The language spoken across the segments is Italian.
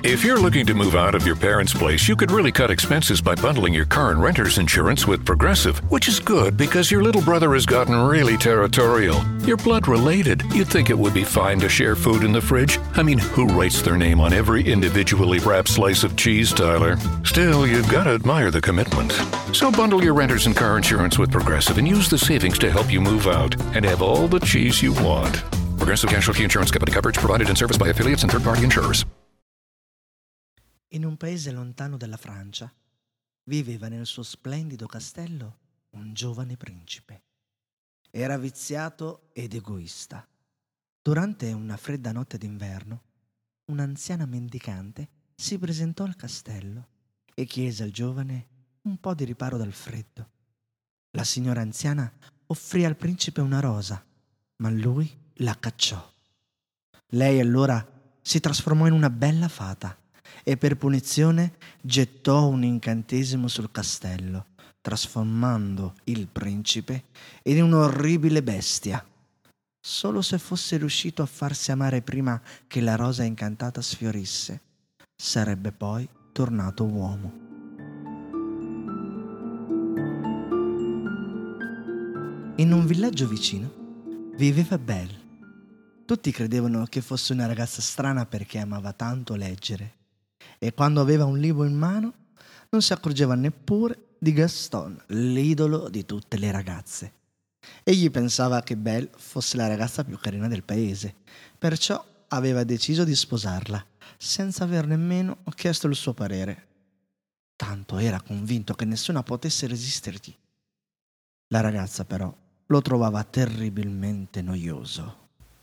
If you're looking to move out of your parents' place, you could really cut expenses by bundling your car and renter's insurance with Progressive, which is good because your little brother has gotten really territorial. You're blood related. You'd think it would be fine to share food in the fridge. I mean, who writes their name on every individually wrapped slice of cheese, Tyler? Still, you've got to admire the commitment. So bundle your renter's and car insurance with Progressive and use the savings to help you move out and have all the cheese you want. Progressive Casualty Insurance Company coverage provided and serviced by affiliates and third-party insurers. In un paese lontano dalla Francia viveva nel suo splendido castello un giovane principe. Era viziato ed egoista. Durante una fredda notte d'inverno, un'anziana mendicante si presentò al castello e chiese al giovane un po' di riparo dal freddo. La signora anziana offrì al principe una rosa, ma lui la cacciò. Lei allora si trasformò in una bella fata e per punizione gettò un incantesimo sul castello, trasformando il principe in un'orribile bestia. Solo se fosse riuscito a farsi amare prima che la rosa incantata sfiorisse, sarebbe poi tornato uomo. In un villaggio vicino viveva Belle. Tutti credevano che fosse una ragazza strana perché amava tanto leggere e quando aveva un libro in mano non si accorgeva neppure di Gaston, l'idolo di tutte le ragazze. Egli pensava che Belle fosse la ragazza più carina del paese, perciò aveva deciso di sposarla, senza aver nemmeno chiesto il suo parere. Tanto era convinto che nessuna potesse resistergli. La ragazza però lo trovava terribilmente noioso.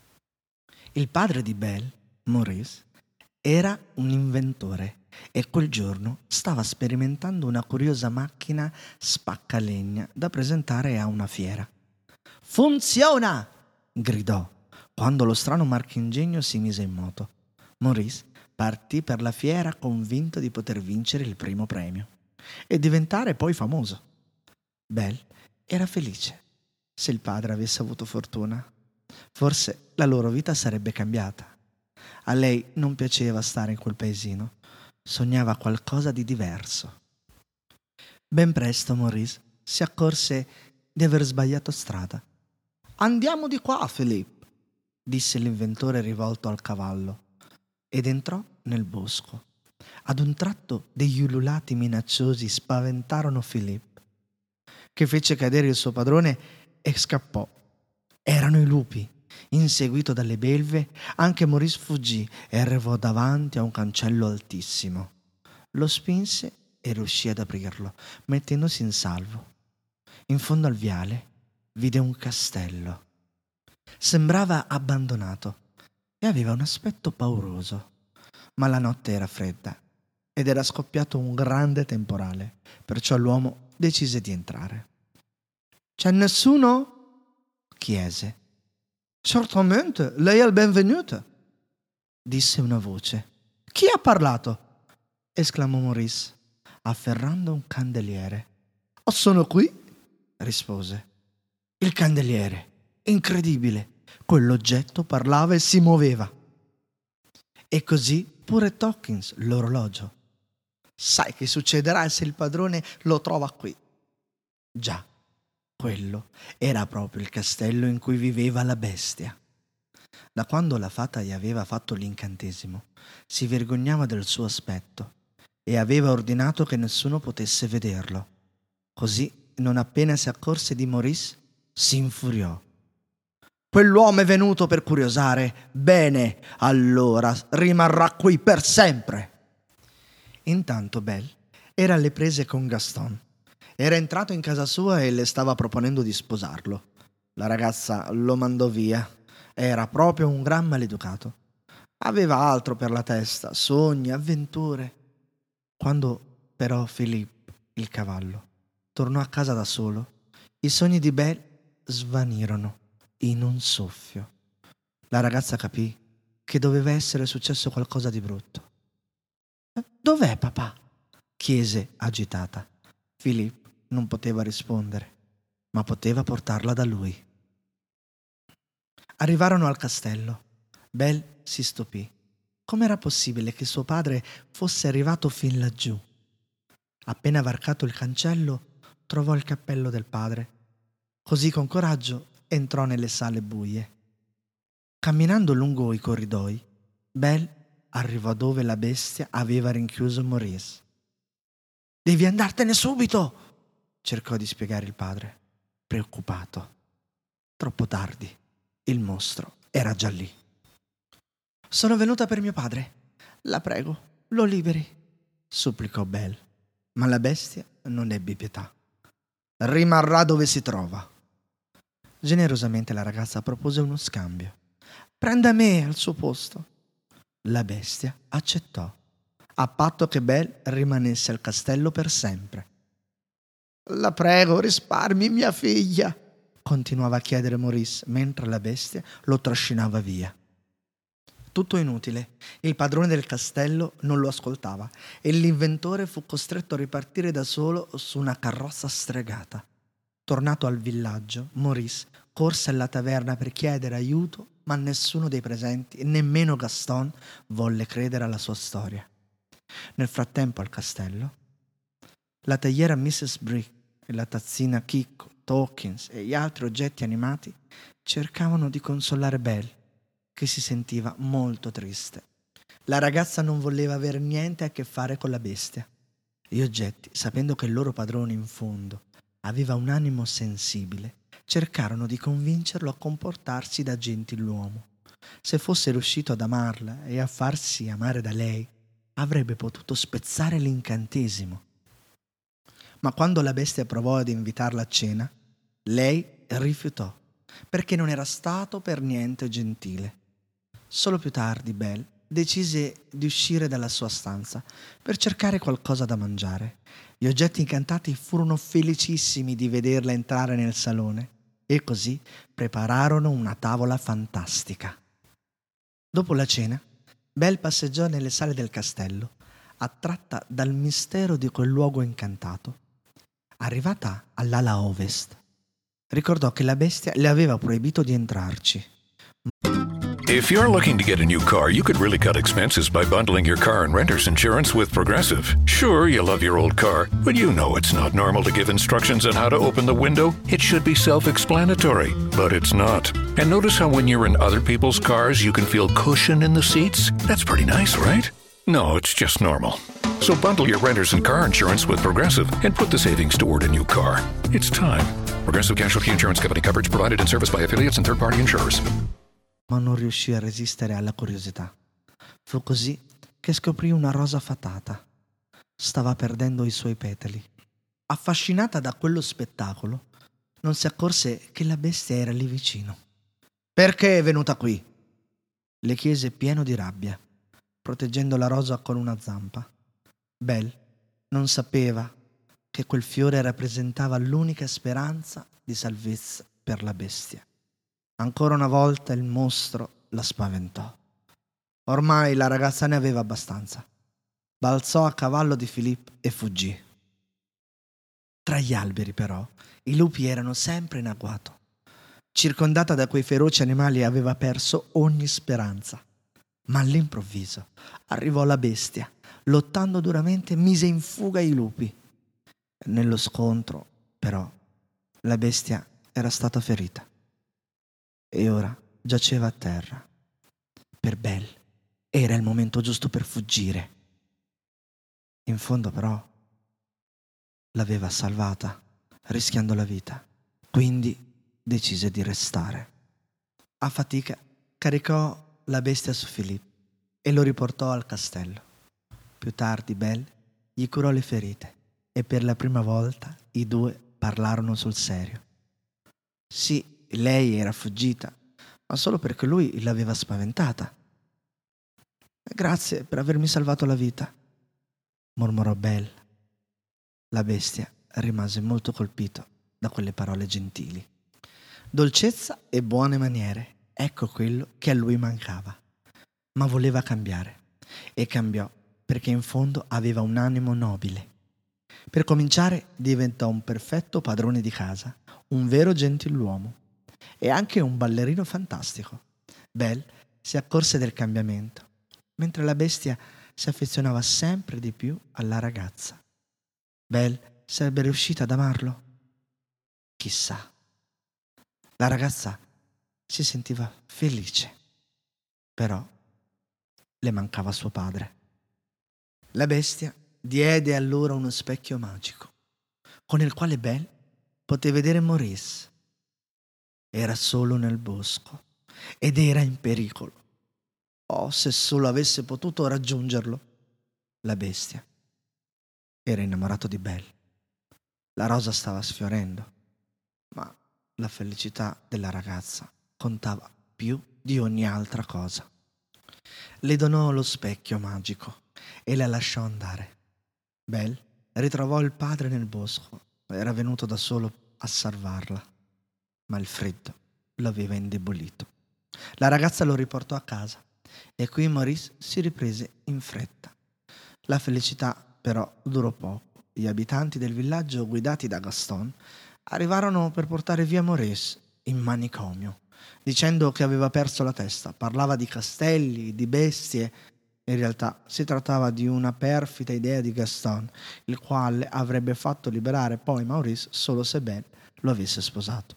Il padre di Belle, Maurice, era un inventore e quel giorno stava sperimentando una curiosa macchina spaccalegna da presentare a una fiera. «Funziona!» gridò quando lo strano marchingegno si mise in moto. Maurice partì per la fiera convinto di poter vincere il primo premio e diventare poi famoso. Belle era felice. Se il padre avesse avuto fortuna, forse la loro vita sarebbe cambiata. A lei non piaceva stare in quel paesino, sognava qualcosa di diverso. Ben presto Maurice si accorse di aver sbagliato strada. «Andiamo di qua, Philippe», disse l'inventore rivolto al cavallo, ed entrò nel bosco. Ad un tratto degli ululati minacciosi spaventarono Philippe, che fece cadere il suo padrone e scappò. Erano i lupi. Inseguito dalle belve, anche Maurice fuggì e arrivò davanti a un cancello altissimo. Lo spinse e riuscì ad aprirlo, mettendosi in salvo. In fondo al viale vide un castello. Sembrava abbandonato e aveva un aspetto pauroso, ma la notte era fredda ed era scoppiato un grande temporale, perciò l'uomo decise di entrare. «C'è nessuno?» chiese. «Certamente, lei è il benvenuto», disse una voce. «Chi ha parlato?» esclamò Maurice, afferrando un candeliere. «Oh, sono qui», rispose. Il candeliere, incredibile, quell'oggetto parlava e si muoveva. E così pure Tockins, l'orologio. «Sai che succederà se il padrone lo trova qui?» Già. Quello era proprio il castello in cui viveva la bestia. Da quando la fata gli aveva fatto l'incantesimo, si vergognava del suo aspetto e aveva ordinato che nessuno potesse vederlo. Così, non appena si accorse di Maurice, si infuriò. «Quell'uomo è venuto per curiosare? Bene, allora rimarrà qui per sempre!» Intanto Belle era alle prese con Gaston. Era entrato in casa sua e le stava proponendo di sposarlo. La ragazza lo mandò via. Era proprio un gran maleducato. Aveva altro per la testa, sogni, avventure. Quando però Philippe, il cavallo, tornò a casa da solo, i sogni di Belle svanirono in un soffio. La ragazza capì che doveva essere successo qualcosa di brutto. «Dov'è papà?» chiese agitata. Philippe non poteva rispondere, ma poteva portarla da lui. Arrivarono al castello. Belle si stupì. Com'era possibile che suo padre fosse arrivato fin laggiù? Appena varcato il cancello, trovò il cappello del padre. Così con coraggio entrò nelle sale buie. Camminando lungo i corridoi, Belle arrivò dove la bestia aveva rinchiuso Maurice. «Devi andartene subito!» cercò di spiegare il padre, preoccupato. Troppo tardi, il mostro era già lì. «Sono venuta per mio padre. La prego, lo liberi», supplicò Belle, ma la bestia non ebbe pietà. «Rimarrà dove si trova». Generosamente la ragazza propose uno scambio. «Prenda me al suo posto». La bestia accettò, a patto che Belle rimanesse al castello per sempre. «La prego, risparmi mia figlia», continuava a chiedere Maurice, mentre la bestia lo trascinava via. Tutto inutile. Il padrone del castello non lo ascoltava e l'inventore fu costretto a ripartire da solo su una carrozza stregata. Tornato al villaggio, Maurice corse alla taverna per chiedere aiuto, ma nessuno dei presenti, nemmeno Gaston, volle credere alla sua storia. Nel frattempo al castello, la teiera Mrs. Brick e la tazzina Chicco, Tawkins e gli altri oggetti animati cercavano di consolare Belle, che si sentiva molto triste. La ragazza non voleva avere niente a che fare con la bestia. Gli oggetti, sapendo che il loro padrone in fondo aveva un animo sensibile, cercarono di convincerlo a comportarsi da gentiluomo. Se fosse riuscito ad amarla e a farsi amare da lei, avrebbe potuto spezzare l'incantesimo. Ma quando la bestia provò ad invitarla a cena, lei rifiutò, perché non era stato per niente gentile. Solo più tardi Belle decise di uscire dalla sua stanza per cercare qualcosa da mangiare. Gli oggetti incantati furono felicissimi di vederla entrare nel salone e così prepararono una tavola fantastica. Dopo la cena, Belle passeggiò nelle sale del castello, attratta dal mistero di quel luogo incantato. Arrivata all'ala ovest, ricordò che la bestia le aveva proibito di entrarci. If you're looking to get a new car, you could really cut expenses by bundling your car and renter's insurance with Progressive. Sure, you love your old car, but you know it's not normal to give instructions on how to open the window. It should be self-explanatory, but it's not. And notice how when you're in other people's cars, you can feel cushion in the seats? That's pretty nice, right? No, it's just normal. So bundle your renter's and car insurance with Progressive and put the savings toward a new car. It's time. Progressive Casualty Insurance Company. Coverage provided and serviced by affiliates and third-party insurers. Ma non riuscì a resistere alla curiosità. Fu così che scoprì una rosa fatata. Stava perdendo i suoi petali. Affascinata da quello spettacolo, non si accorse che la bestia era lì vicino. «Perché è venuta qui?» le chiese pieno di rabbia, proteggendo la rosa con una zampa. Belle non sapeva che quel fiore rappresentava l'unica speranza di salvezza per la bestia. Ancora una volta il mostro la spaventò. Ormai la ragazza ne aveva abbastanza. Balzò a cavallo di Philippe e fuggì. Tra gli alberi, però, i lupi erano sempre in agguato. Circondata da quei feroci animali aveva perso ogni speranza. Ma all'improvviso arrivò la bestia. Lottando duramente mise in fuga i lupi. Nello scontro, però, la bestia era stata ferita e ora giaceva a terra. Per Belle era il momento giusto per fuggire. In fondo, però, l'aveva salvata, rischiando la vita. Quindi decise di restare. A fatica caricò la bestia su Philippe e lo riportò al castello. Più tardi Belle gli curò le ferite e per la prima volta i due parlarono sul serio. Sì, lei era fuggita, ma solo perché lui l'aveva spaventata. «Grazie per avermi salvato la vita», mormorò Belle. La bestia rimase molto colpito da quelle parole gentili. Dolcezza e buone maniere, ecco quello che a lui mancava. Ma voleva cambiare e cambiò perché in fondo aveva un animo nobile. Per cominciare diventò un perfetto padrone di casa, un vero gentiluomo e anche un ballerino fantastico. Belle si accorse del cambiamento mentre la bestia si affezionava sempre di più alla ragazza. Belle sarebbe riuscita ad amarlo? Chissà. La ragazza si sentiva felice, però le mancava suo padre. La bestia diede allora uno specchio magico, con il quale Belle poté vedere Maurice. Era solo nel bosco ed era in pericolo. Oh, se solo avesse potuto raggiungerlo. La bestia era innamorato di Belle. La rosa stava sfiorendo, ma la felicità della ragazza contava più di ogni altra cosa. Le donò lo specchio magico e la lasciò andare. Belle ritrovò il padre nel bosco. Era venuto da solo a salvarla, ma il freddo l'aveva indebolito. La ragazza lo riportò a casa e qui Maurice si riprese in fretta. La felicità però durò poco. Gli abitanti del villaggio, guidati da Gaston, arrivarono per portare via Maurice in manicomio, dicendo che aveva perso la testa. Parlava di castelli, di bestie. In realtà si trattava di una perfida idea di Gaston, il quale avrebbe fatto liberare poi Maurice solo se Belle lo avesse sposato.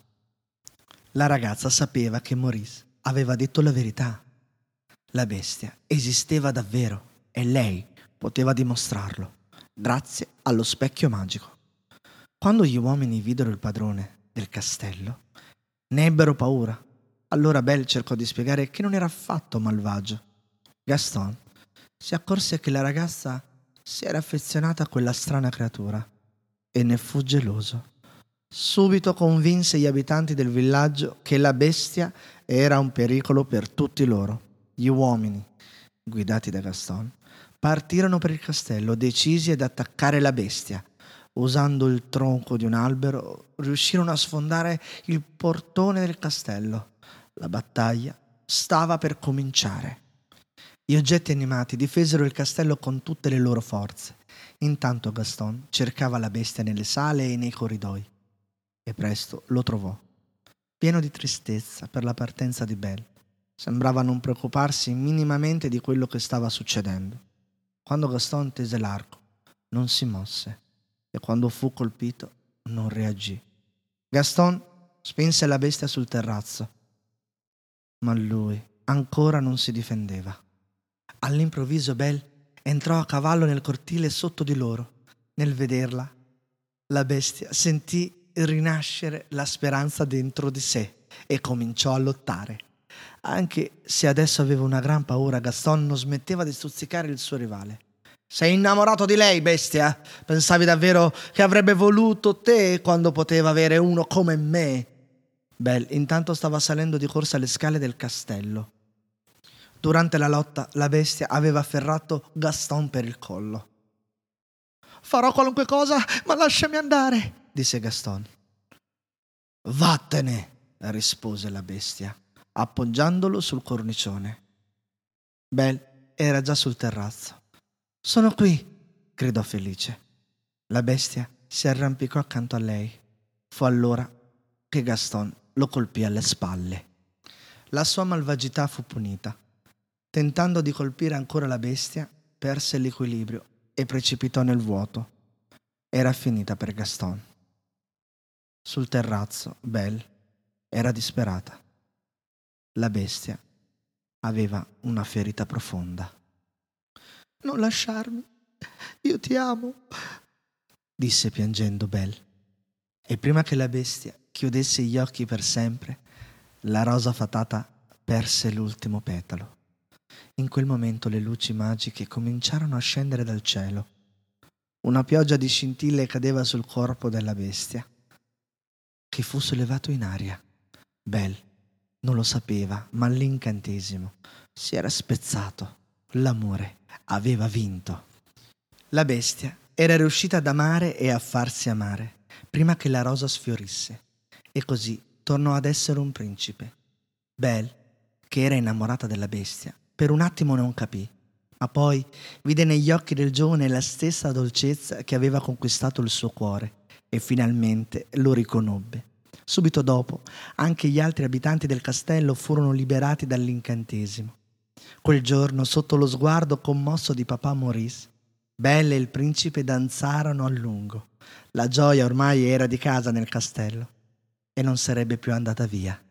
La ragazza sapeva che Maurice aveva detto la verità. La bestia esisteva davvero e lei poteva dimostrarlo, grazie allo specchio magico. Quando gli uomini videro il padrone del castello, ne ebbero paura. Allora Belle cercò di spiegare che non era affatto malvagio. Gaston si accorse che la ragazza si era affezionata a quella strana creatura e ne fu geloso. Subito convinse gli abitanti del villaggio che la bestia era un pericolo per tutti loro. Gli uomini, guidati da Gaston, partirono per il castello, decisi ad attaccare la bestia. Usando il tronco di un albero, riuscirono a sfondare il portone del castello. La battaglia stava per cominciare. Gli oggetti animati difesero il castello con tutte le loro forze. Intanto Gaston cercava la bestia nelle sale e nei corridoi. E presto lo trovò, pieno di tristezza per la partenza di Belle. Sembrava non preoccuparsi minimamente di quello che stava succedendo. Quando Gaston tese l'arco, non si mosse, e quando fu colpito, non reagì. Gaston spinse la bestia sul terrazzo, ma lui ancora non si difendeva. All'improvviso Belle entrò a cavallo nel cortile sotto di loro. Nel vederla, la bestia sentì rinascere la speranza dentro di sé e cominciò a lottare. Anche se adesso aveva una gran paura, Gaston non smetteva di stuzzicare il suo rivale. «Sei innamorato di lei, bestia? Pensavi davvero che avrebbe voluto te quando poteva avere uno come me?» Belle intanto stava salendo di corsa le scale del castello. Durante la lotta, la bestia aveva afferrato Gaston per il collo. «Farò qualunque cosa, ma lasciami andare», disse Gaston. «Vattene», rispose la bestia, appoggiandolo sul cornicione. Belle era già sul terrazzo. «Sono qui», gridò felice. La bestia si arrampicò accanto a lei. Fu allora che Gaston lo colpì alle spalle. La sua malvagità fu punita. Tentando di colpire ancora la bestia, perse l'equilibrio e precipitò nel vuoto. Era finita per Gaston. Sul terrazzo, Belle era disperata. La bestia aveva una ferita profonda. «Non lasciarmi, io ti amo», disse piangendo Belle. E prima che la bestia chiudesse gli occhi per sempre, la rosa fatata perse l'ultimo petalo. In quel momento le luci magiche cominciarono a scendere dal cielo. Una pioggia di scintille cadeva sul corpo della bestia, che fu sollevato in aria. Belle non lo sapeva, ma l'incantesimo si era spezzato. L'amore aveva vinto. La bestia era riuscita ad amare e a farsi amare prima che la rosa sfiorisse, e così tornò ad essere un principe. Belle, che era innamorata della bestia, per un attimo non capì, ma poi vide negli occhi del giovane la stessa dolcezza che aveva conquistato il suo cuore e finalmente lo riconobbe. Subito dopo, anche gli altri abitanti del castello furono liberati dall'incantesimo. Quel giorno, sotto lo sguardo commosso di papà Maurice, Belle e il principe danzarono a lungo. La gioia ormai era di casa nel castello e non sarebbe più andata via.